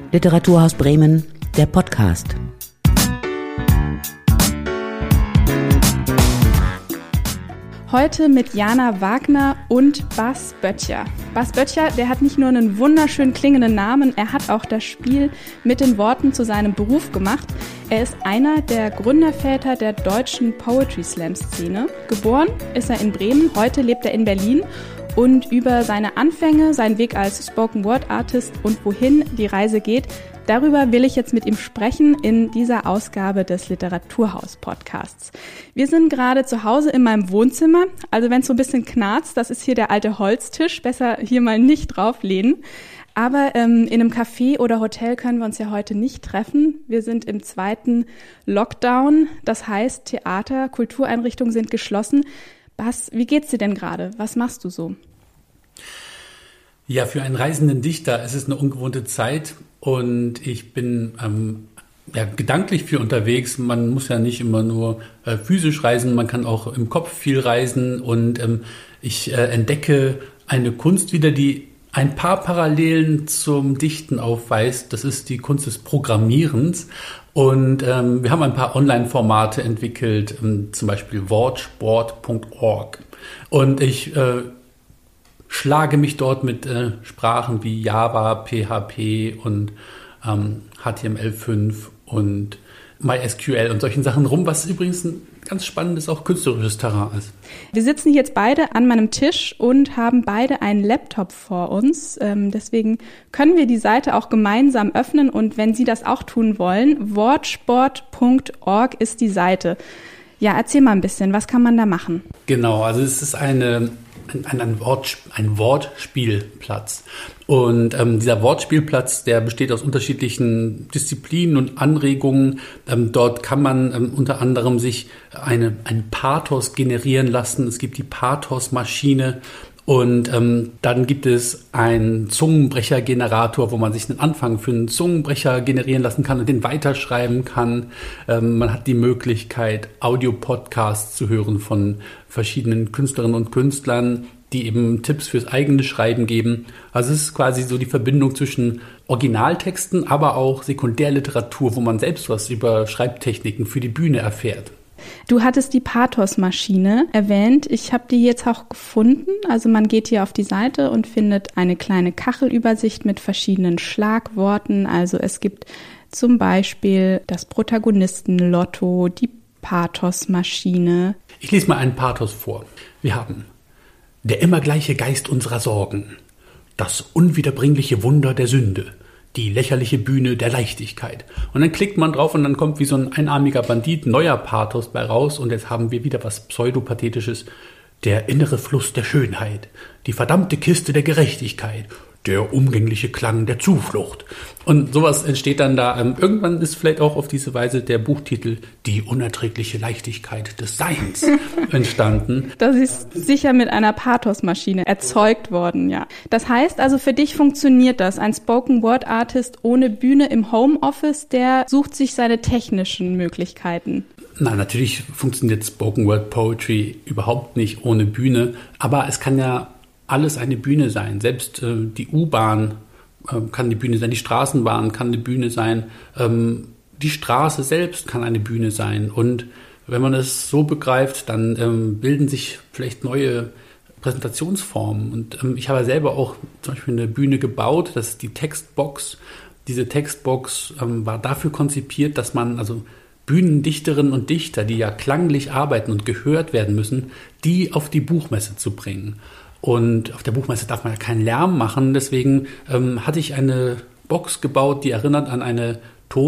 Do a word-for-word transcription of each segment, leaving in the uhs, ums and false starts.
Literaturhaus Bremen, der Podcast. Heute mit Jana Wagner und Bas Böttcher. Bas Böttcher, der hat nicht nur einen wunderschön klingenden Namen, er hat auch das Spiel mit den Worten zu seinem Beruf gemacht. Er ist einer der Gründerväter der deutschen Poetry Slam Szene. Geboren ist er in Bremen, heute lebt er in Berlin. Und über seine Anfänge, seinen Weg als Spoken Word Artist und wohin die Reise geht, darüber will ich jetzt mit ihm sprechen in dieser Ausgabe des Literaturhaus Podcasts. Wir sind gerade zu Hause in meinem Wohnzimmer, also wenn es so ein bisschen knarzt, das ist hier der alte Holztisch, besser hier mal nicht drauflehnen. Aber ähm, in einem Café oder Hotel können wir uns ja heute nicht treffen. Wir sind im zweiten Lockdown, das heißt Theater, Kultureinrichtungen sind geschlossen. Bas, wie geht's dir denn gerade? Was machst du so? Ja, für einen reisenden Dichter ist es eine ungewohnte Zeit und ich bin ähm, ja, gedanklich viel unterwegs. Man muss ja nicht immer nur äh, physisch reisen, man kann auch im Kopf viel reisen und ähm, ich äh, entdecke eine Kunst wieder, die ein paar Parallelen zum Dichten aufweist. Das ist die Kunst des Programmierens. Und ähm, wir haben ein paar Online-Formate entwickelt, ähm, zum Beispiel wortsport punkt org. Und ich äh, schlage mich dort mit äh, Sprachen wie Java, P H P und ähm, H T M L fünf und MySQL und solchen Sachen rum, was übrigens ein ganz spannendes, auch künstlerisches Terrain ist. Wir sitzen jetzt beide an meinem Tisch und haben beide einen Laptop vor uns. Ähm, deswegen können wir die Seite auch gemeinsam öffnen und wenn Sie das auch tun wollen, wortsport punkt org ist die Seite. Ja, erzähl mal ein bisschen, was kann man da machen? Genau, also es ist eine Ein, ein, Wort, ein Wortspielplatz. Und ähm, dieser Wortspielplatz, der besteht aus unterschiedlichen Disziplinen und Anregungen. Ähm, dort kann man ähm, unter anderem sich eine, ein Pathos generieren lassen. Es gibt die Pathos-Maschine. Und ähm, dann gibt es einen Zungenbrecher-Generator, wo man sich einen Anfang für einen Zungenbrecher generieren lassen kann und den weiterschreiben kann. Ähm, man hat die Möglichkeit, Audio-Podcasts zu hören von verschiedenen Künstlerinnen und Künstlern, die eben Tipps fürs eigene Schreiben geben. Also es ist quasi so die Verbindung zwischen Originaltexten, aber auch Sekundärliteratur, wo man selbst was über Schreibtechniken für die Bühne erfährt. Du hattest die Pathos-Maschine erwähnt. Ich habe die jetzt auch gefunden. Also man geht hier auf die Seite und findet eine kleine Kachelübersicht mit verschiedenen Schlagworten. Also es gibt zum Beispiel das Protagonisten-Lotto, die Pathos-Maschine. Ich lese mal einen Pathos vor. Wir haben der immer gleiche Geist unserer Sorgen, das unwiederbringliche Wunder der Sünde, die lächerliche Bühne der Leichtigkeit. Und dann klickt man drauf und dann kommt wie so ein einarmiger Bandit neuer Pathos bei raus und jetzt haben wir wieder was Pseudopathetisches. Der innere Fluss der Schönheit, die verdammte Kiste der Gerechtigkeit, der umgängliche Klang der Zuflucht. Und sowas entsteht dann da. Ähm, irgendwann ist vielleicht auch auf diese Weise der Buchtitel Die unerträgliche Leichtigkeit des Seins entstanden. Das ist sicher mit einer Pathos-Maschine erzeugt worden, ja. Das heißt also, für dich funktioniert das. Ein Spoken-Word-Artist ohne Bühne im Homeoffice, der sucht sich seine technischen Möglichkeiten. Na, natürlich funktioniert Spoken Word Poetry überhaupt nicht ohne Bühne, aber es kann ja alles eine Bühne sein. Selbst äh, die U-Bahn äh, kann eine Bühne sein, die Straßenbahn kann eine Bühne sein, ähm, die Straße selbst kann eine Bühne sein. Und wenn man es so begreift, dann ähm, bilden sich vielleicht neue Präsentationsformen. Und ähm, ich habe selber auch zum Beispiel eine Bühne gebaut, das ist die Textbox. Diese Textbox ähm, war dafür konzipiert, dass man also Bühnendichterinnen und Dichter, die ja klanglich arbeiten und gehört werden müssen, die auf die Buchmesse zu bringen. Und auf der Buchmesse darf man ja keinen Lärm machen, deswegen ähm, hatte ich eine Box gebaut, die erinnert an eine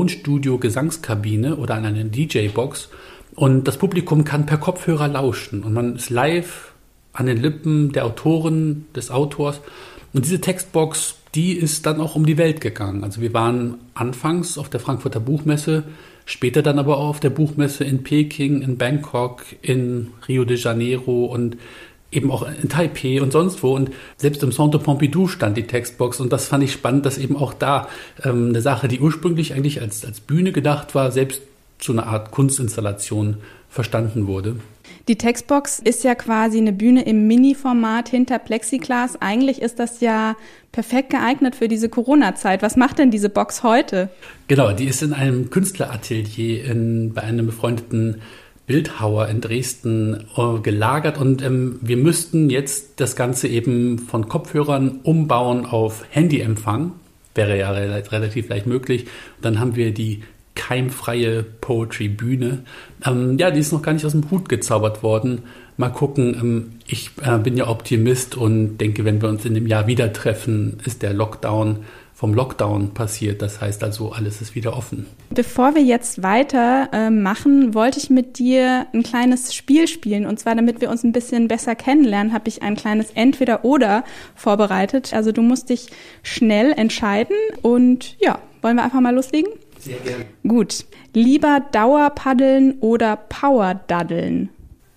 Tonstudio-Gesangskabine oder an eine D J-Box. Und das Publikum kann per Kopfhörer lauschen und man ist live an den Lippen der Autorin, des Autors. Und diese Textbox, die ist dann auch um die Welt gegangen. Also wir waren anfangs auf der Frankfurter Buchmesse, später dann aber auch auf der Buchmesse in Peking, in Bangkok, in Rio de Janeiro und eben auch in Taipei und sonst wo. Und selbst im Centre Pompidou stand die Textbox. Und das fand ich spannend, dass eben auch da ähm, eine Sache, die ursprünglich eigentlich als, als Bühne gedacht war, selbst zu einer Art Kunstinstallation verstanden wurde. Die Textbox ist ja quasi eine Bühne im Mini-Format hinter Plexiglas. Eigentlich ist das ja perfekt geeignet für diese Corona-Zeit. Was macht denn diese Box heute? Genau, die ist in einem Künstleratelier in, bei einem befreundeten Bildhauer in Dresden äh, gelagert und ähm, wir müssten jetzt das Ganze eben von Kopfhörern umbauen auf Handyempfang. Wäre ja re- relativ leicht möglich. Und dann haben wir die keimfreie Poetry-Bühne. Ähm, ja, die ist noch gar nicht aus dem Hut gezaubert worden. Mal gucken, ähm, ich äh, bin ja Optimist und denke, wenn wir uns in dem Jahr wieder treffen, ist der Lockdown vom Lockdown passiert. Das heißt also, alles ist wieder offen. Bevor wir jetzt weiter äh, machen, wollte ich mit dir ein kleines Spiel spielen. Und zwar, damit wir uns ein bisschen besser kennenlernen, habe ich ein kleines Entweder-Oder vorbereitet. Also du musst dich schnell entscheiden. Und ja, wollen wir einfach mal loslegen? Sehr gerne. Gut. Lieber Dauerpaddeln oder Powerdaddeln?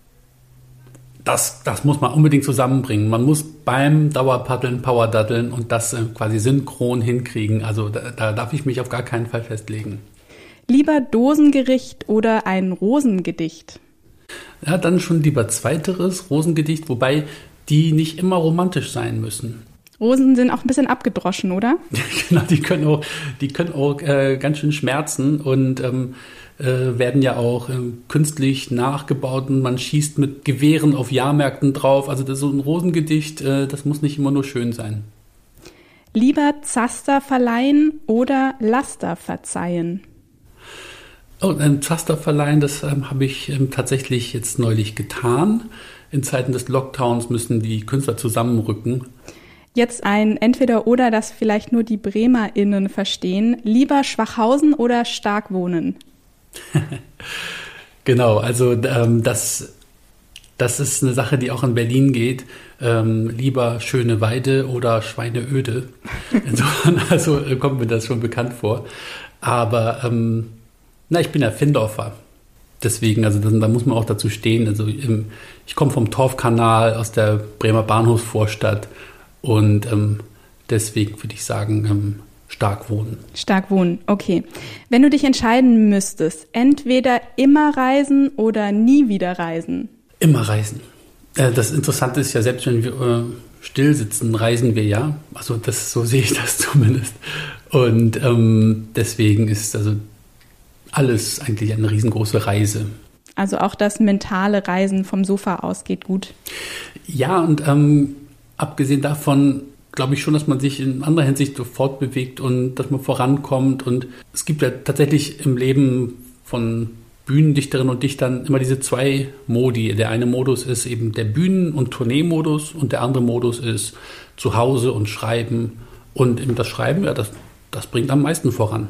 Das, das muss man unbedingt zusammenbringen. Man muss beim Dauerpaddeln Powerdaddeln und das äh, quasi synchron hinkriegen. Also da, da darf ich mich auf gar keinen Fall festlegen. Lieber Dosengericht oder ein Rosengedicht? Ja, dann schon lieber zweiteres, Rosengedicht, wobei die nicht immer romantisch sein müssen. Rosen sind auch ein bisschen abgedroschen, oder? Genau, die können auch, die können auch äh, ganz schön schmerzen und ähm, äh, werden ja auch äh, künstlich nachgebaut und man schießt mit Gewehren auf Jahrmärkten drauf. Also das ist so ein Rosengedicht, äh, das muss nicht immer nur schön sein. Lieber Zaster verleihen oder Laster verzeihen? Oh, ein Zaster verleihen, das ähm, habe ich ähm, tatsächlich jetzt neulich getan. In Zeiten des Lockdowns müssen die Künstler zusammenrücken. Jetzt ein Entweder-Oder, das vielleicht nur die BremerInnen verstehen. Lieber Schwachhausen oder Starkwohnen? Genau, also ähm, das, das ist eine Sache, die auch in Berlin geht. Ähm, lieber Schöneweide oder Schweineöde. Insofern also, äh, kommt mir das schon bekannt vor. Aber ähm, na, ich bin ja Findorfer. Deswegen, also das, da muss man auch dazu stehen. Also im, ich komme vom Torfkanal aus der Bremer Bahnhofsvorstadt. Und ähm, deswegen würde ich sagen, ähm, stark wohnen. Stark wohnen, okay. Wenn du dich entscheiden müsstest, entweder immer reisen oder nie wieder reisen? Immer reisen. Äh, das Interessante ist ja, selbst wenn wir äh, still sitzen, reisen wir ja. Also das, so sehe ich das zumindest. Und ähm, deswegen ist also alles eigentlich eine riesengroße Reise. Also auch das mentale Reisen vom Sofa aus geht gut? Ja, und ähm, abgesehen davon glaube ich schon, dass man sich in anderer Hinsicht so fortbewegt und dass man vorankommt. Und es gibt ja tatsächlich im Leben von Bühnendichterinnen und Dichtern immer diese zwei Modi. Der eine Modus ist eben der Bühnen- und Tourneemodus und der andere Modus ist Zuhause und Schreiben. Und eben das Schreiben, ja, das, das bringt am meisten voran.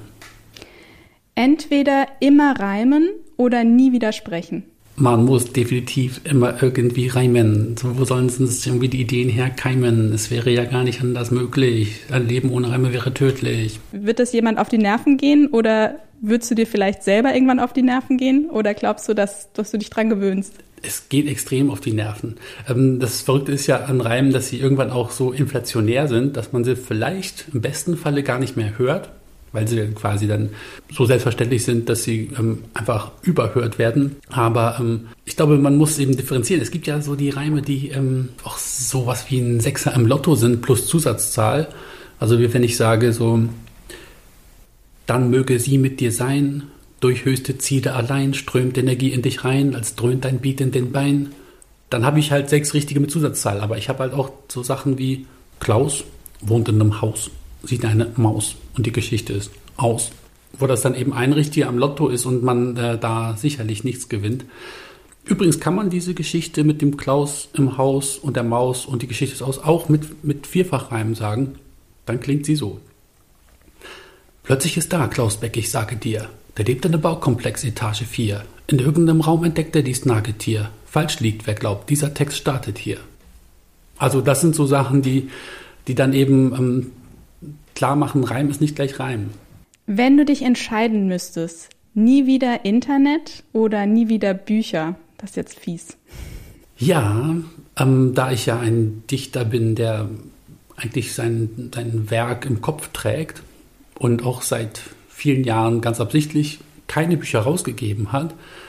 Entweder immer reimen oder nie widersprechen? Man muss definitiv immer irgendwie reimen. So, wo sollen sonst irgendwie die Ideen herkeimen? Es wäre ja gar nicht anders möglich. Ein Leben ohne Reime wäre tödlich. Wird das jemand auf die Nerven gehen oder würdest du dir vielleicht selber irgendwann auf die Nerven gehen? Oder glaubst du, dass, dass du dich dran gewöhnst? Es geht extrem auf die Nerven. Das Verrückte ist ja an Reimen, dass sie irgendwann auch so inflationär sind, dass man sie vielleicht im besten Falle gar nicht mehr hört, weil sie quasi dann so selbstverständlich sind, dass sie ähm, einfach überhört werden. Aber ähm, ich glaube, man muss eben differenzieren. Es gibt ja so die Reime, die ähm, auch sowas wie ein Sechser im Lotto sind plus Zusatzzahl. Also wie wenn ich sage so, dann möge sie mit dir sein, durch höchste Ziele allein strömt Energie in dich rein, als dröhnt dein Beat in den Bein. Dann habe ich halt sechs richtige mit Zusatzzahl. Aber ich habe halt auch so Sachen wie Klaus wohnt in einem Haus, sieht eine Maus und die Geschichte ist aus. Wo das dann eben ein Richtiger am Lotto ist und man äh, da sicherlich nichts gewinnt. Übrigens kann man diese Geschichte mit dem Klaus im Haus und der Maus und die Geschichte ist aus auch mit, mit Vierfachreimen sagen. Dann klingt sie so. Plötzlich ist da Klaus Beck, ich sage dir. Der lebt in einem Baukomplex Etage vier. In irgendeinem Raum entdeckt er dies Nagetier. Falsch liegt, wer glaubt, dieser Text startet hier. Also das sind so Sachen, die, die dann eben ähm, klar machen, Reim ist nicht gleich Reim. Wenn du dich entscheiden müsstest, nie wieder Internet oder nie wieder Bücher, das ist jetzt fies. Ja, ähm, da ich ja ein Dichter bin, der eigentlich sein, sein Werk im Kopf trägt und auch seit vielen Jahren ganz absichtlich keine Bücher rausgegeben hat,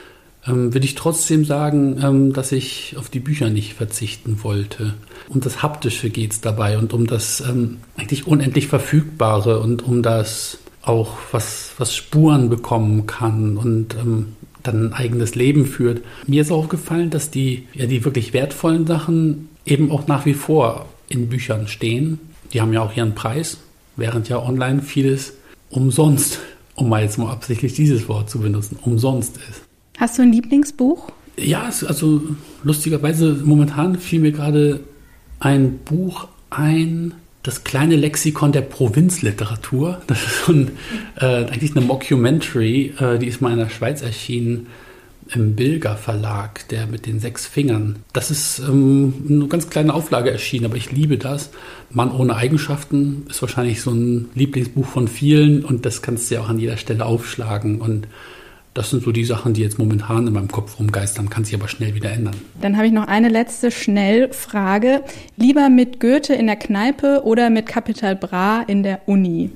ähm, würde ich trotzdem sagen, ähm, dass ich auf die Bücher nicht verzichten wollte. Um das Haptische geht es dabei und um das ähm, eigentlich unendlich Verfügbare und um das auch, was, was Spuren bekommen kann und ähm, dann ein eigenes Leben führt. Mir ist auch aufgefallen, dass die, ja, die wirklich wertvollen Sachen eben auch nach wie vor in Büchern stehen. Die haben ja auch ihren Preis, während ja online vieles umsonst, um mal jetzt mal absichtlich dieses Wort zu benutzen, umsonst ist. Hast du ein Lieblingsbuch? Ja, also lustigerweise momentan fiel mir gerade ein Buch ein, das kleine Lexikon der Provinzliteratur. Das ist so ein, äh, eigentlich eine Mockumentary, äh, die ist mal in der Schweiz erschienen, im Bilger Verlag, der mit den sechs Fingern. Das ist ähm, eine ganz kleine Auflage erschienen, aber ich liebe das. Mann ohne Eigenschaften ist wahrscheinlich so ein Lieblingsbuch von vielen und das kannst du ja auch an jeder Stelle aufschlagen. Und das sind so die Sachen, die jetzt momentan in meinem Kopf rumgeistern, kann sich aber schnell wieder ändern. Dann habe ich noch eine letzte Schnellfrage. Lieber mit Goethe in der Kneipe oder mit Capital Bra in der Uni?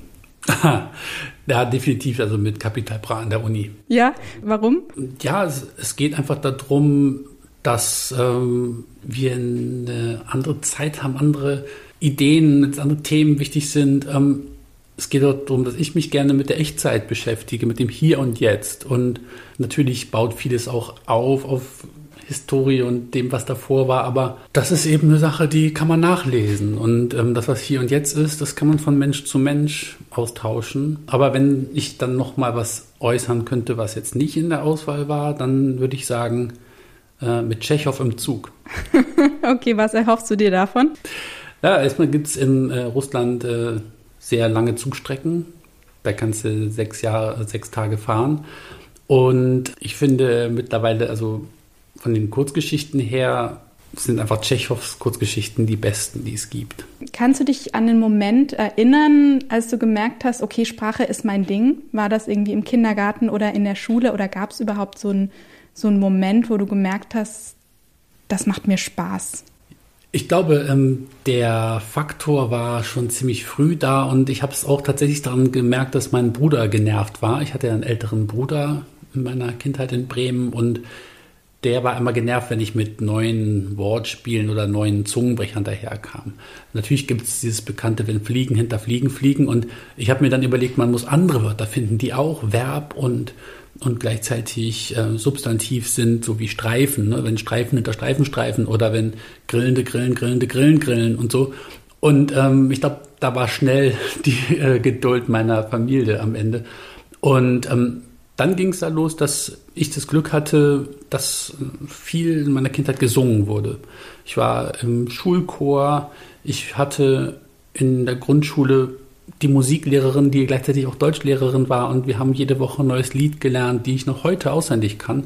Ja, definitiv, also mit Capital Bra in der Uni. Ja, warum? Ja, es, es geht einfach darum, dass ähm, wir eine andere Zeit haben, andere Ideen, andere Themen wichtig sind. Ähm, es geht darum, dass ich mich gerne mit der Echtzeit beschäftige, mit dem Hier und Jetzt. Und natürlich baut vieles auch auf, auf Historie und dem, was davor war. Aber das ist eben eine Sache, die kann man nachlesen. Und ähm, das, was hier und jetzt ist, das kann man von Mensch zu Mensch austauschen. Aber wenn ich dann noch mal was äußern könnte, was jetzt nicht in der Auswahl war, dann würde ich sagen, äh, mit Tschechow im Zug. Okay, was erhoffst du dir davon? Ja, erstmal gibt es in äh, Russland äh, sehr lange Zugstrecken. Da kannst du sechs Jahre, sechs Tage fahren. Und ich finde mittlerweile, also von den Kurzgeschichten her, sind einfach Tschechows Kurzgeschichten die besten, die es gibt. Kannst du dich an den Moment erinnern, als du gemerkt hast, okay, Sprache ist mein Ding? War das irgendwie im Kindergarten oder in der Schule oder gab es überhaupt so einen so einen Moment, wo du gemerkt hast, das macht mir Spaß? Ich glaube, ähm, der Faktor war schon ziemlich früh da und ich habe es auch tatsächlich daran gemerkt, dass mein Bruder genervt war. Ich hatte ja einen älteren Bruder in meiner Kindheit in Bremen und der war immer genervt, wenn ich mit neuen Wortspielen oder neuen Zungenbrechern daherkam. Natürlich gibt es dieses bekannte, wenn Fliegen hinter Fliegen fliegen und ich habe mir dann überlegt, man muss andere Wörter finden, die auch Verb und, und gleichzeitig äh, Substantiv sind, so wie Streifen, ne? Wenn Streifen hinter Streifen streifen oder wenn grillende Grillen, grillende Grillen grillen und so. Und ähm, ich glaube, da war schnell die äh, Geduld meiner Familie am Ende. Und ähm, dann ging es da los, dass ich das Glück hatte, dass viel in meiner Kindheit gesungen wurde. Ich war im Schulchor, ich hatte in der Grundschule die Musiklehrerin, die gleichzeitig auch Deutschlehrerin war und wir haben jede Woche ein neues Lied gelernt, die ich noch heute auswendig kann.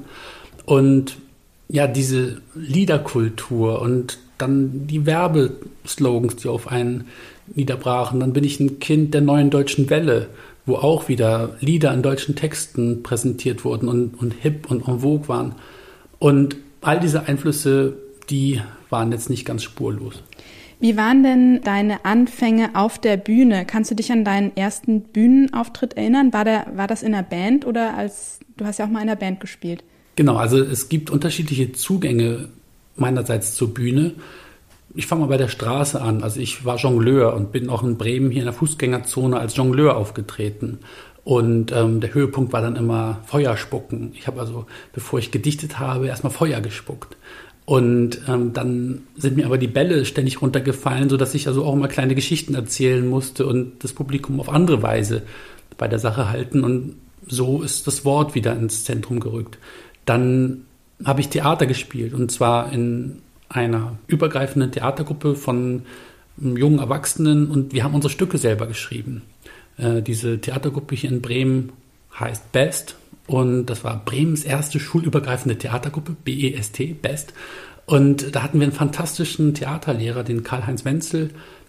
Und ja, diese Liederkultur und dann die Werbeslogans, die auf einen niederbrachen. Dann bin ich ein Kind der Neuen Deutschen Welle, wo auch wieder Lieder in deutschen Texten präsentiert wurden und, und hip und en vogue waren. Und all diese Einflüsse, die waren jetzt nicht ganz spurlos. Wie waren denn deine Anfänge auf der Bühne? Kannst du dich an deinen ersten Bühnenauftritt erinnern? War, der, war das in der Band oder als, du hast ja auch mal in der Band gespielt? Genau, also es gibt unterschiedliche Zugänge meinerseits zur Bühne. Ich fange mal bei der Straße an. Also ich war Jongleur und bin auch in Bremen hier in der Fußgängerzone als Jongleur aufgetreten. Und ähm, der Höhepunkt war dann immer Feuerspucken. Ich habe also, bevor ich gedichtet habe, erstmal Feuer gespuckt. Und ähm, dann sind mir aber die Bälle ständig runtergefallen, sodass ich also auch immer kleine Geschichten erzählen musste und das Publikum auf andere Weise bei der Sache halten. Und so ist das Wort wieder ins Zentrum gerückt. Dann habe ich Theater gespielt und zwar in einer übergreifenden Theatergruppe von jungen Erwachsenen und wir haben unsere Stücke selber geschrieben. Äh, diese Theatergruppe hier in Bremen heißt BEST und das war Bremens erste schulübergreifende Theatergruppe, B E S T, BEST. Und da hatten wir einen fantastischen Theaterlehrer, den Karl-Heinz Wenzel,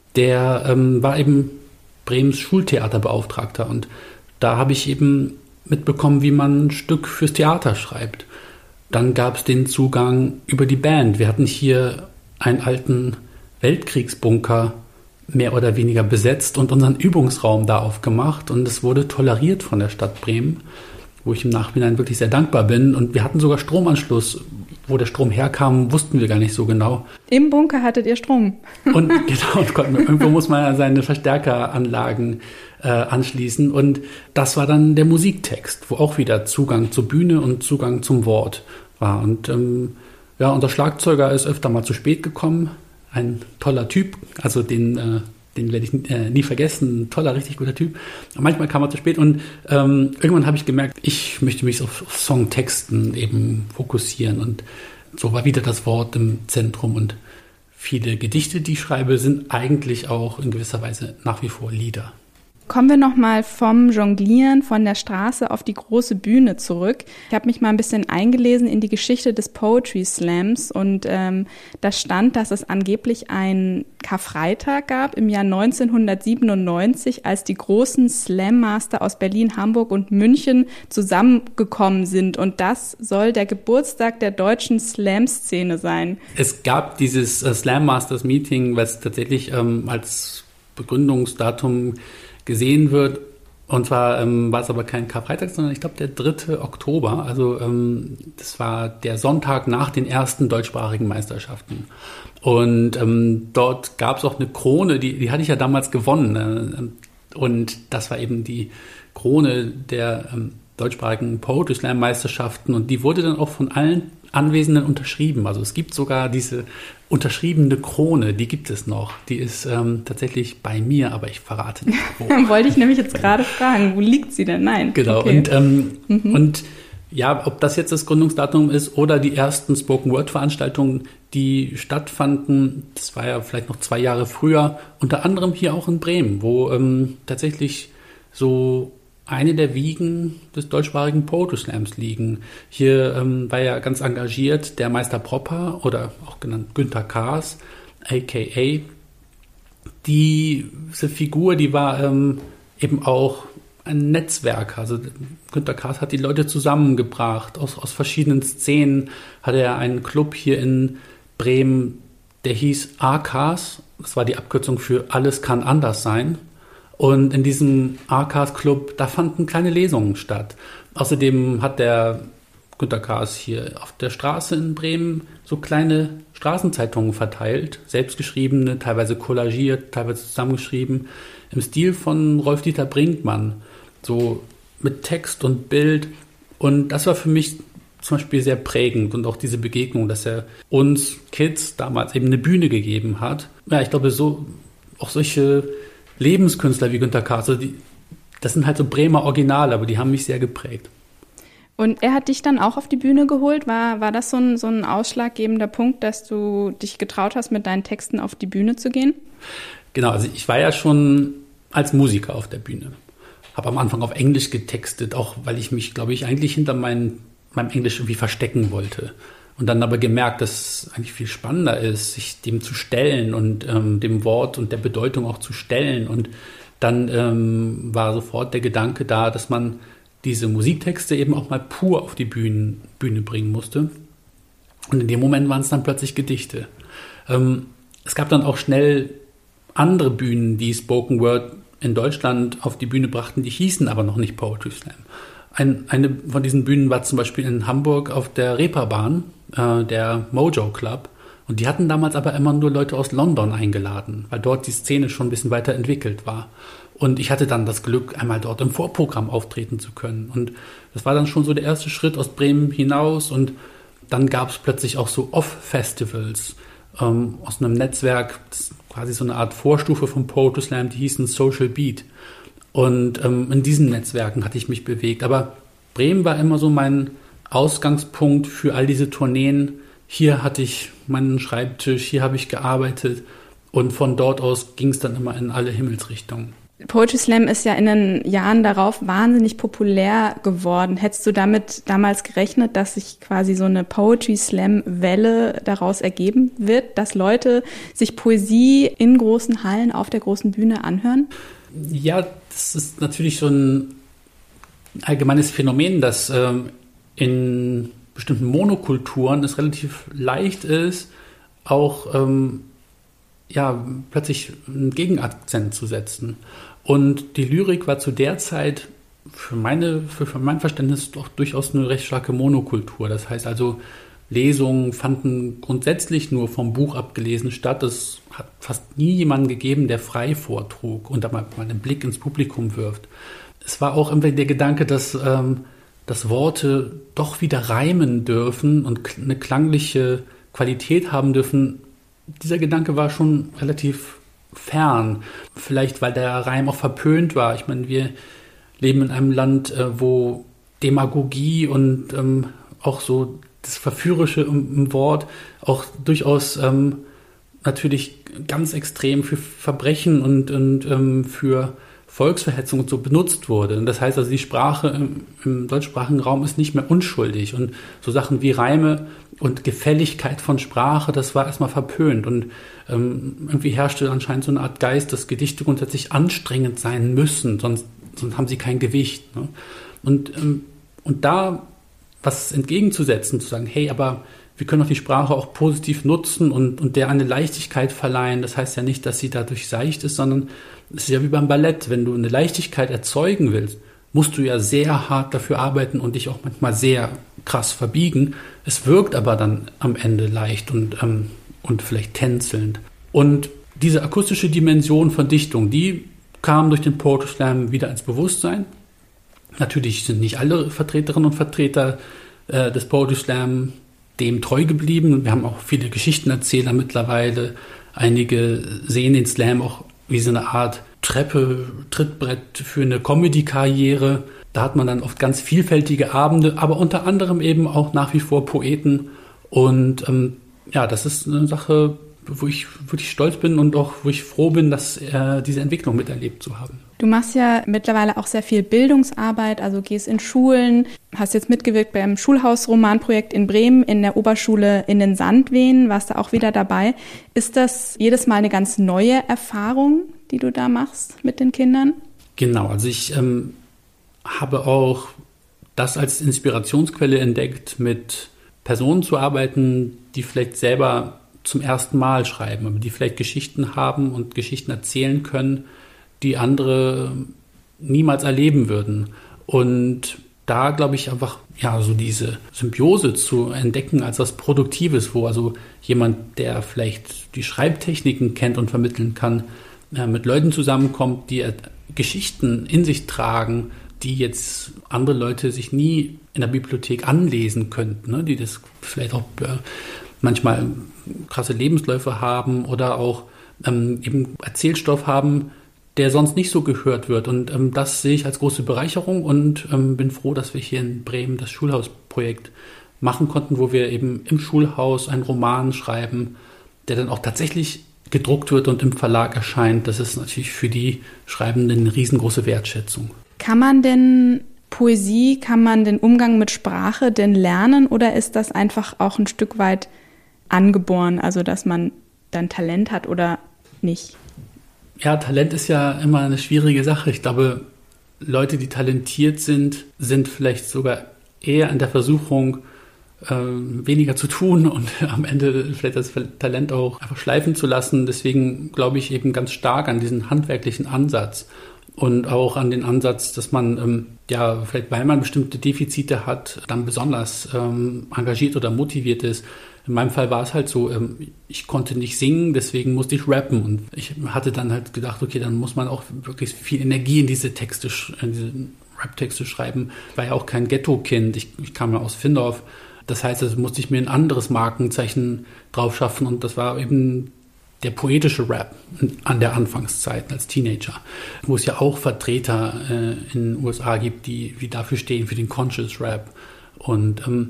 der ähm, war eben Bremens Schultheaterbeauftragter und da habe ich eben mitbekommen, wie man ein Stück fürs Theater schreibt. Dann gab es den Zugang über die Band. Wir hatten hier einen alten Weltkriegsbunker mehr oder weniger besetzt und unseren Übungsraum da aufgemacht. Und es wurde toleriert von der Stadt Bremen. wo ich im Nachhinein wirklich sehr dankbar bin. Und wir hatten sogar Stromanschluss. Wo der Strom herkam, wussten wir gar nicht so genau. Im Bunker hattet ihr Strom. Und genau, und konnten, irgendwo muss man ja seine Verstärkeranlagen äh, anschließen. Und das war dann der Musiktext, wo auch wieder Zugang zur Bühne und Zugang zum Wort war. Und ähm, ja, unser Schlagzeuger ist öfter mal zu spät gekommen. Ein toller Typ, also den... Äh, Den werde ich äh, nie vergessen. Ein toller, richtig guter Typ. Und manchmal kam er zu spät und ähm, irgendwann habe ich gemerkt, ich möchte mich auf, auf Songtexten eben fokussieren. Und so war wieder das Wort im Zentrum. Und viele Gedichte, die ich schreibe, sind eigentlich auch in gewisser Weise nach wie vor Lieder. Kommen wir nochmal vom Jonglieren von der Straße auf die große Bühne zurück. Ich habe mich mal ein bisschen eingelesen in die Geschichte des Poetry Slams und ähm, da stand, dass es angeblich einen Karfreitag gab im Jahr neunzehnhundertsiebenundneunzig, als die großen Slam-Master aus Berlin, Hamburg und München zusammengekommen sind. Und das soll der Geburtstag der deutschen Slam-Szene sein. Es gab dieses äh, Slam-Masters-Meeting, was tatsächlich ähm, als Begründungsdatum gesehen wird. Und zwar ähm, war es aber kein Karfreitag, sondern ich glaube der dritte Oktober. Also ähm, das war der Sonntag nach den ersten deutschsprachigen Meisterschaften. Und ähm, dort gab es auch eine Krone, die, die hatte ich ja damals gewonnen. Äh, und das war eben die Krone der ähm, deutschsprachigen Poetry Slam Meisterschaften. Und die wurde dann auch von allen Anwesenden unterschrieben. Also es gibt sogar diese unterschriebene Krone, die gibt es noch. Die ist ähm, tatsächlich bei mir, aber ich verrate nicht wo. Wollte ich nämlich jetzt gerade fragen, wo liegt sie denn? Nein. Genau. Okay. Und, ähm, mhm. und ja, ob das jetzt das Gründungsdatum ist oder die ersten Spoken-Word-Veranstaltungen, die stattfanden, das war ja vielleicht noch zwei Jahre früher, unter anderem hier auch in Bremen, wo ähm, tatsächlich so eine der Wiegen des deutschsprachigen Poetry Slams liegen. Hier ähm, war ja ganz engagiert der Meister Propper oder auch genannt Günter Kaas, a k a. Diese Figur, die war ähm, eben auch ein Netzwerk. Also Günter Kaas hat die Leute zusammengebracht. Aus, aus verschiedenen Szenen hatte er einen Club hier in Bremen, der hieß A K A S. Das war die Abkürzung für Alles kann anders sein. Und in diesem A K A S-Club, da fanden kleine Lesungen statt. Außerdem hat der Günter Kaas hier auf der Straße in Bremen so kleine Straßenzeitungen verteilt, selbstgeschriebene, teilweise kollagiert, teilweise zusammengeschrieben, im Stil von Rolf-Dieter Brinkmann, so mit Text und Bild. Und das war für mich zum Beispiel sehr prägend und auch diese Begegnung, dass er uns Kids damals eben eine Bühne gegeben hat. Ja, ich glaube, so auch solche Lebenskünstler wie Günter Kaas, also die, das sind halt so Bremer Originale, aber die haben mich sehr geprägt. Und er hat dich dann auch auf die Bühne geholt? War, war das so ein, so ein ausschlaggebender Punkt, dass du dich getraut hast, mit deinen Texten auf die Bühne zu gehen? Genau, also ich war ja schon als Musiker auf der Bühne. Habe am Anfang auf Englisch getextet, auch weil ich mich, glaube ich, eigentlich hinter mein, meinem Englisch irgendwie verstecken wollte. Und dann aber gemerkt, dass es eigentlich viel spannender ist, sich dem zu stellen und ähm, dem Wort und der Bedeutung auch zu stellen. Und dann ähm, war sofort der Gedanke da, dass man diese Musiktexte eben auch mal pur auf die Bühne, Bühne bringen musste. Und in dem Moment waren es dann plötzlich Gedichte. Ähm, es gab dann auch schnell andere Bühnen, die Spoken Word in Deutschland auf die Bühne brachten, die hießen aber noch nicht Poetry Slam. Ein, eine von diesen Bühnen war zum Beispiel in Hamburg auf der Reeperbahn, äh, der Mojo Club. Und die hatten damals aber immer nur Leute aus London eingeladen, weil dort die Szene schon ein bisschen weiter entwickelt war. Und ich hatte dann das Glück, einmal dort im Vorprogramm auftreten zu können. Und das war dann schon so der erste Schritt aus Bremen hinaus. Und dann gab es plötzlich auch so Off-Festivals ähm, aus einem Netzwerk, quasi so eine Art Vorstufe vom Poetry Slam, die hießen Social Beat. Und ähm, in diesen Netzwerken hatte ich mich bewegt. Aber Bremen war immer so mein Ausgangspunkt für all diese Tourneen. Hier hatte ich meinen Schreibtisch, hier habe ich gearbeitet. Und von dort aus ging es dann immer in alle Himmelsrichtungen. Poetry Slam ist ja in den Jahren darauf wahnsinnig populär geworden. Hättest du damit damals gerechnet, dass sich quasi so eine Poetry Slam-Welle daraus ergeben wird, dass Leute sich Poesie in großen Hallen auf der großen Bühne anhören? Ja, das ist natürlich so ein allgemeines Phänomen, dass ähm, in bestimmten Monokulturen es relativ leicht ist, auch ähm, ja, plötzlich einen Gegenakzent zu setzen. Und die Lyrik war zu der Zeit für, meine, für, für mein Verständnis doch durchaus eine recht starke Monokultur. Das heißt also, Lesungen fanden grundsätzlich nur vom Buch abgelesen statt. Es hat fast nie jemanden gegeben, der frei vortrug und da mal einen Blick ins Publikum wirft. Es war auch irgendwie der Gedanke, dass, ähm, dass Worte doch wieder reimen dürfen und eine klangliche Qualität haben dürfen. Dieser Gedanke war schon relativ fern. Vielleicht, weil der Reim auch verpönt war. Ich meine, wir leben in einem Land, äh, wo Demagogie und ähm, auch so das Verführerische im, im Wort auch durchaus ähm, natürlich ganz extrem für Verbrechen und, und ähm, für Volksverhetzung und so benutzt wurde. Und das heißt also, die Sprache im, im deutschsprachigen Raum ist nicht mehr unschuldig. Und so Sachen wie Reime und Gefälligkeit von Sprache, das war erstmal verpönt. Und ähm, irgendwie herrschte anscheinend so eine Art Geist, dass Gedichte grundsätzlich anstrengend sein müssen, sonst, sonst haben sie kein Gewicht. Ne? Und, ähm, und da was entgegenzusetzen, zu sagen, hey, aber wir können auch die Sprache auch positiv nutzen und, und der eine Leichtigkeit verleihen. Das heißt ja nicht, dass sie dadurch seicht ist, sondern es ist ja wie beim Ballett. Wenn du eine Leichtigkeit erzeugen willst, musst du ja sehr hart dafür arbeiten und dich auch manchmal sehr krass verbiegen. Es wirkt aber dann am Ende leicht und, ähm, und vielleicht tänzelnd. Und diese akustische Dimension von Dichtung, die kam durch den Poetry Slam wieder ins Bewusstsein. Natürlich sind nicht alle Vertreterinnen und Vertreter äh, des Poetry Slam dem treu geblieben. Wir haben auch viele Geschichtenerzähler mittlerweile. Einige sehen den Slam auch wie so eine Art Treppe, Trittbrett für eine Comedy-Karriere. Da hat man dann oft ganz vielfältige Abende, aber unter anderem eben auch nach wie vor Poeten. Und ähm, ja, das ist eine Sache, wo ich wirklich stolz bin und auch wo ich froh bin, dass äh, diese Entwicklung miterlebt zu haben. Du machst ja mittlerweile auch sehr viel Bildungsarbeit, also gehst in Schulen, hast jetzt mitgewirkt beim Schulhaus-Romanprojekt in Bremen, in der Oberschule in den Sandwehen, warst da auch wieder dabei. Ist das jedes Mal eine ganz neue Erfahrung, die du da machst mit den Kindern? Genau, also ich ähm, habe auch das als Inspirationsquelle entdeckt, mit Personen zu arbeiten, die vielleicht selber zum ersten Mal schreiben, aber die vielleicht Geschichten haben und Geschichten erzählen können, die andere niemals erleben würden. Und da glaube ich einfach, ja, so diese Symbiose zu entdecken als was Produktives, wo also jemand, der vielleicht die Schreibtechniken kennt und vermitteln kann, äh, mit Leuten zusammenkommt, die äh, Geschichten in sich tragen, die jetzt andere Leute sich nie in der Bibliothek anlesen könnten, ne? Die das vielleicht auch äh, manchmal krasse Lebensläufe haben oder auch ähm, eben Erzählstoff haben, der sonst nicht so gehört wird. Und ähm, das sehe ich als große Bereicherung und ähm, bin froh, dass wir hier in Bremen das Schulhausprojekt machen konnten, wo wir eben im Schulhaus einen Roman schreiben, der dann auch tatsächlich gedruckt wird und im Verlag erscheint. Das ist natürlich für die Schreibenden eine riesengroße Wertschätzung. Kann man denn Poesie, kann man den Umgang mit Sprache denn lernen oder ist das einfach auch ein Stück weit angeboren, also dass man dann Talent hat oder nicht? Ja, Talent ist ja immer eine schwierige Sache. Ich glaube, Leute, die talentiert sind, sind vielleicht sogar eher in der Versuchung, äh, weniger zu tun und am Ende vielleicht das Talent auch einfach schleifen zu lassen. Deswegen glaube ich eben ganz stark an diesen handwerklichen Ansatz und auch an den Ansatz, dass man, ähm, ja, vielleicht weil man bestimmte Defizite hat, dann besonders ähm, engagiert oder motiviert ist. In meinem Fall war es halt so, ähm, ich konnte nicht singen, deswegen musste ich rappen. Und ich hatte dann halt gedacht, okay, dann muss man auch wirklich viel Energie in diese Texte, in diese Rap-Texte schreiben. Ich war ja auch kein Ghetto-Kind, ich, ich kam ja aus Findorf. Das heißt, also musste ich mir ein anderes Markenzeichen drauf schaffen. Und das war eben der poetische Rap an der Anfangszeit als Teenager, wo es ja auch Vertreter äh, in den U S A gibt, die, die dafür stehen, für den Conscious Rap. Und ähm,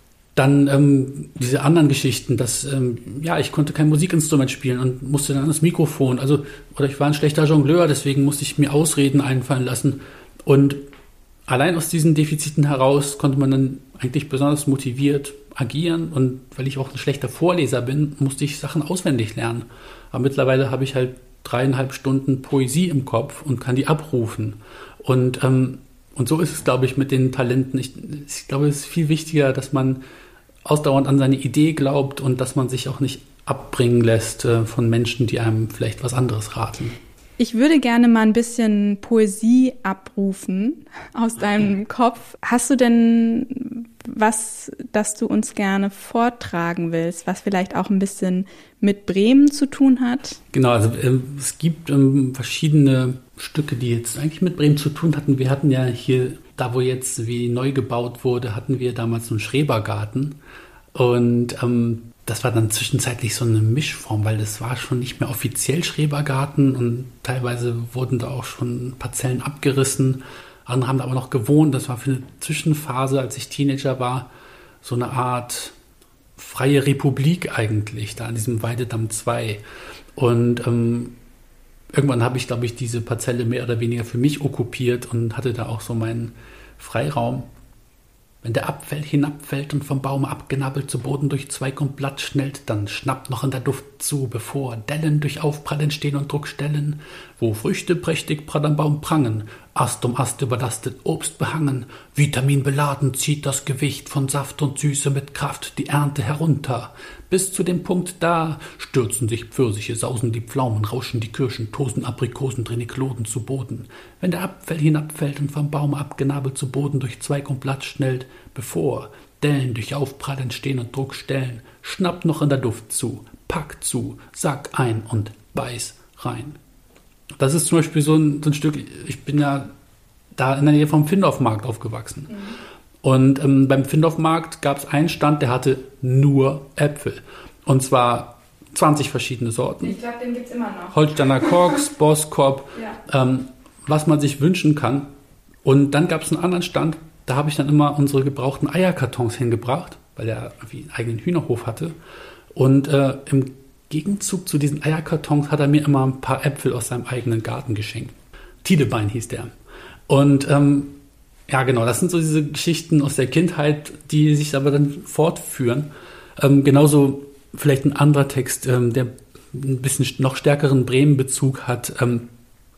Dann ähm, diese anderen Geschichten, dass ähm, ja, ich konnte kein Musikinstrument spielen und musste dann ans Mikrofon. Also, oder ich war ein schlechter Jongleur, deswegen musste ich mir Ausreden einfallen lassen. Und allein aus diesen Defiziten heraus konnte man dann eigentlich besonders motiviert agieren. Und weil ich auch ein schlechter Vorleser bin, musste ich Sachen auswendig lernen. Aber mittlerweile habe ich halt dreieinhalb Stunden Poesie im Kopf und kann die abrufen. Und ähm, und so ist es, glaube ich, mit den Talenten. Ich, ich glaube, es ist viel wichtiger, dass man ausdauernd an seine Idee glaubt und dass man sich auch nicht abbringen lässt äh, von Menschen, die einem vielleicht was anderes raten. Ich würde gerne mal ein bisschen Poesie abrufen aus deinem Kopf. Hast du denn was, das du uns gerne vortragen willst, was vielleicht auch ein bisschen mit Bremen zu tun hat? Genau, also äh, es gibt ähm, verschiedene Stücke, die jetzt eigentlich mit Bremen zu tun hatten. Wir hatten ja hier, da wo jetzt wie neu gebaut wurde, hatten wir damals so einen Schrebergarten. Und ähm, das war dann zwischenzeitlich so eine Mischform, weil das war schon nicht mehr offiziell Schrebergarten und teilweise wurden da auch schon Parzellen abgerissen. Andere haben da aber noch gewohnt. Das war für eine Zwischenphase, als ich Teenager war, so eine Art freie Republik eigentlich, da an diesem Weidedamm zwei. Und ähm, irgendwann habe ich, glaube ich, diese Parzelle mehr oder weniger für mich okkupiert und hatte da auch so meinen Freiraum. Wenn der Apfel hinabfällt und vom Baum abgenabbelt zu Boden durch Zweig und Blatt schnellt, dann schnappt noch in der Duft zu, bevor Dellen durch Aufprallen stehen und Druckstellen, wo Früchte prächtig prall am Baum prangen, Ast um Ast überlastet, Obst behangen, vitaminbeladen zieht das Gewicht von Saft und Süße mit Kraft die Ernte herunter. Bis zu dem Punkt da stürzen sich Pfirsiche, sausen die Pflaumen, rauschen die Kirschen, tosen Aprikosen, Trinikloden zu Boden. Wenn der Apfel hinabfällt und vom Baum abgenabelt zu Boden durch Zweig und Blatt schnellt, bevor Dellen durch Aufprallen stehen und Druckstellen, schnappt noch in der Duft zu, packt zu, sack ein und beiß rein. Das ist zum Beispiel so ein, so ein Stück, ich bin ja da in der Nähe vom Findorfmarkt aufgewachsen. Mhm. Und ähm, beim Findorfmarkt gab es einen Stand, der hatte nur Äpfel. Und zwar zwanzig verschiedene Sorten. Ich glaube, den gibt es immer noch. Holsteiner Koks, Boskop, ja. ähm, was man sich wünschen kann. Und dann gab es einen anderen Stand, da habe ich dann immer unsere gebrauchten Eierkartons hingebracht, weil der irgendwie einen eigenen Hühnerhof hatte. Und äh, im Gegenzug zu diesen Eierkartons hat er mir immer ein paar Äpfel aus seinem eigenen Garten geschenkt. Tiedebein hieß der. Und ähm, ja, genau, das sind so diese Geschichten aus der Kindheit, die sich aber dann fortführen. Ähm, genauso vielleicht ein anderer Text, ähm, der ein bisschen noch stärkeren Bremen-Bezug hat. Ähm,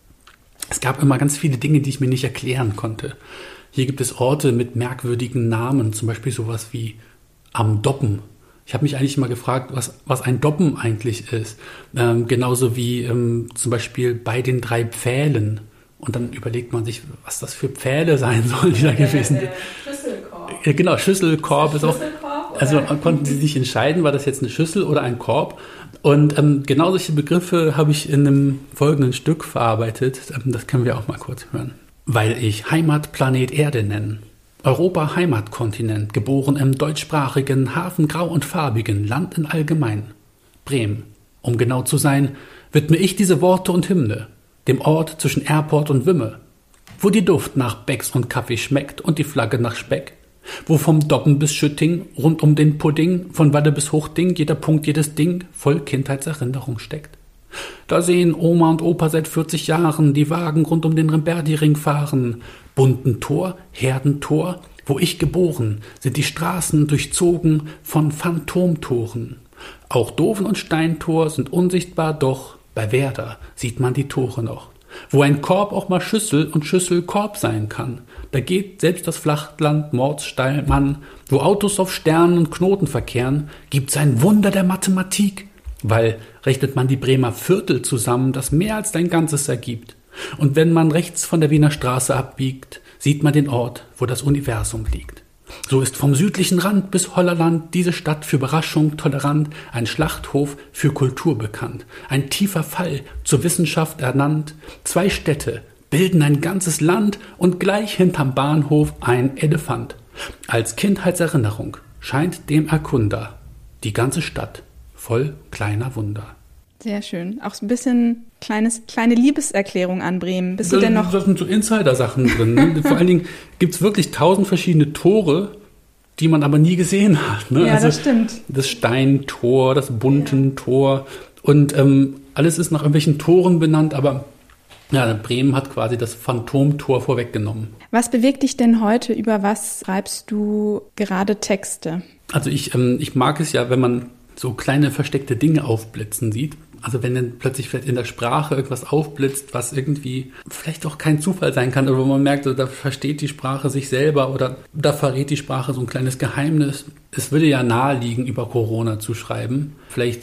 es gab immer ganz viele Dinge, die ich mir nicht erklären konnte. Hier gibt es Orte mit merkwürdigen Namen, zum Beispiel sowas wie Am Doppen. Ich habe mich eigentlich immer gefragt, was, was ein Doppen eigentlich ist. Ähm, genauso wie ähm, zum Beispiel bei den drei Pfählen. Und dann überlegt man sich, was das für Pfähle sein sollen, die da gewesen sind. Schüsselkorb. Ja, genau, Schüsselkorb ist, ist auch. Schüsselkorb Also konnten sie sich entscheiden, war das jetzt eine Schüssel oder ein Korb? Und ähm, genau solche Begriffe habe ich in einem folgenden Stück verarbeitet. Ähm, das können wir auch mal kurz hören. Weil ich Heimatplanet Erde nenne. Europa Heimatkontinent, geboren im deutschsprachigen, hafengrau und farbigen Land in allgemein. Bremen, um genau zu sein, widme ich diese Worte und Hymne, dem Ort zwischen Airport und Wimme, wo die Duft nach Becks und Kaffee schmeckt und die Flagge nach Speck, wo vom Doppen bis Schütting, rund um den Pudding, von Wadde bis Hochding, jeder Punkt, jedes Ding voll Kindheitserinnerung steckt. Da sehen Oma und Opa seit vierzig Jahren die Wagen rund um den Remberdi-Ring fahren. Bunten Tor, Herdentor, wo ich geboren, sind die Straßen durchzogen von Phantomtoren. Auch Doven und Steintor sind unsichtbar, doch bei Werder sieht man die Tore noch. Wo ein Korb auch mal Schüssel und Schüssel Korb sein kann. Da geht selbst das Flachland mordssteil Mann. Wo Autos auf Sternen und Knoten verkehren, gibt's ein Wunder der Mathematik. Weil rechnet man die Bremer Viertel zusammen, das mehr als dein Ganzes ergibt. Und wenn man rechts von der Wiener Straße abbiegt, sieht man den Ort, wo das Universum liegt. So ist vom südlichen Rand bis Hollerland diese Stadt für Überraschung tolerant, ein Schlachthof für Kultur bekannt, ein tiefer Fall zur Wissenschaft ernannt. Zwei Städte bilden ein ganzes Land und gleich hinterm Bahnhof ein Elefant. Als Kindheitserinnerung scheint dem Erkunder die ganze Stadt voll kleiner Wunder. Sehr schön. Auch so ein bisschen kleines, kleine Liebeserklärung an Bremen. Bist du denn noch? Da sind so Insider-Sachen drin. Ne? Vor allen Dingen gibt es wirklich tausend verschiedene Tore, die man aber nie gesehen hat. Ne? Ja, also das stimmt. Das Steintor, das Buntentor und ähm, alles ist nach irgendwelchen Toren benannt, aber ja, Bremen hat quasi das Phantomtor vorweggenommen. Was bewegt dich denn heute? Über was schreibst du gerade Texte? Also ich, ähm, ich mag es ja, wenn man so kleine versteckte Dinge aufblitzen sieht. Also wenn dann plötzlich vielleicht in der Sprache irgendwas aufblitzt, was irgendwie vielleicht auch kein Zufall sein kann, oder wo man merkt, da versteht die Sprache sich selber oder da verrät die Sprache so ein kleines Geheimnis. Es würde ja naheliegen, über Corona zu schreiben. Vielleicht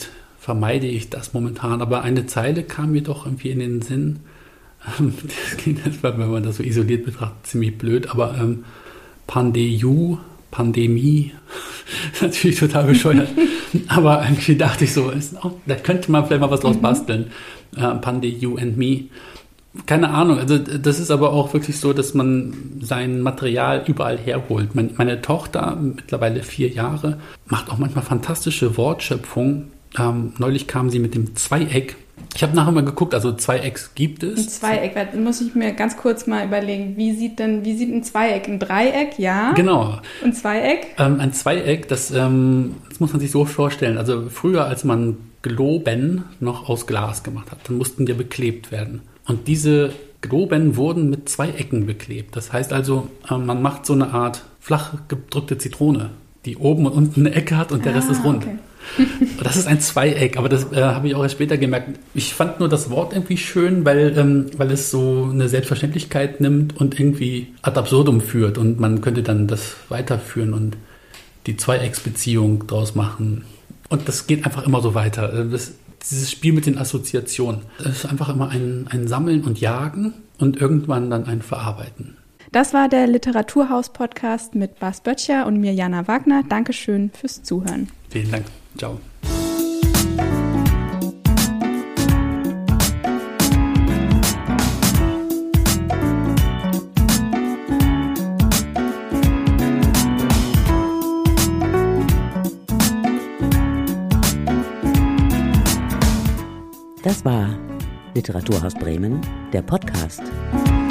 vermeide ich das momentan. Aber eine Zeile kam mir doch irgendwie in den Sinn. Das klingt erstmal, wenn man das so isoliert betrachtet, ziemlich blöd, aber ähm, Pandeu, Pandemie, natürlich total bescheuert. Aber irgendwie dachte ich so, ist, oh, da könnte man vielleicht mal was draus basteln. Äh, Pandeu and me. Keine Ahnung, also das ist aber auch wirklich so, dass man sein Material überall herholt. Meine, meine Tochter, mittlerweile vier Jahre, macht auch manchmal fantastische Wortschöpfungen. Ähm, neulich kam sie mit dem Zweieck. Ich habe nachher mal geguckt, also Zweiecks gibt es. Ein Zweieck, da muss ich mir ganz kurz mal überlegen, wie sieht denn, wie sieht ein Zweieck? Ein Dreieck, ja. Genau. Ein Zweieck? Ähm, ein Zweieck, das, ähm, das muss man sich so vorstellen. Also früher, als man Globen noch aus Glas gemacht hat, dann mussten die beklebt werden. Und diese Globen wurden mit Zweiecken beklebt. Das heißt also, äh, man macht so eine Art flach gedrückte Zitrone, die oben und unten eine Ecke hat und der ah, Rest ist rund. Okay. Das ist ein Zweieck, aber das äh, habe ich auch erst später gemerkt. Ich fand nur das Wort irgendwie schön, weil, ähm, weil es so eine Selbstverständlichkeit nimmt und irgendwie ad absurdum führt. Und man könnte dann das weiterführen und die Zweiecksbeziehung draus machen. Und das geht einfach immer so weiter. Das, dieses Spiel mit den Assoziationen. Das ist einfach immer ein, ein Sammeln und Jagen und irgendwann dann ein Verarbeiten. Das war der Literaturhaus-Podcast mit Bas Böttcher und mir, Jana Wagner. Dankeschön fürs Zuhören. Vielen Dank. Ciao. Das war Literaturhaus Bremen, der Podcast.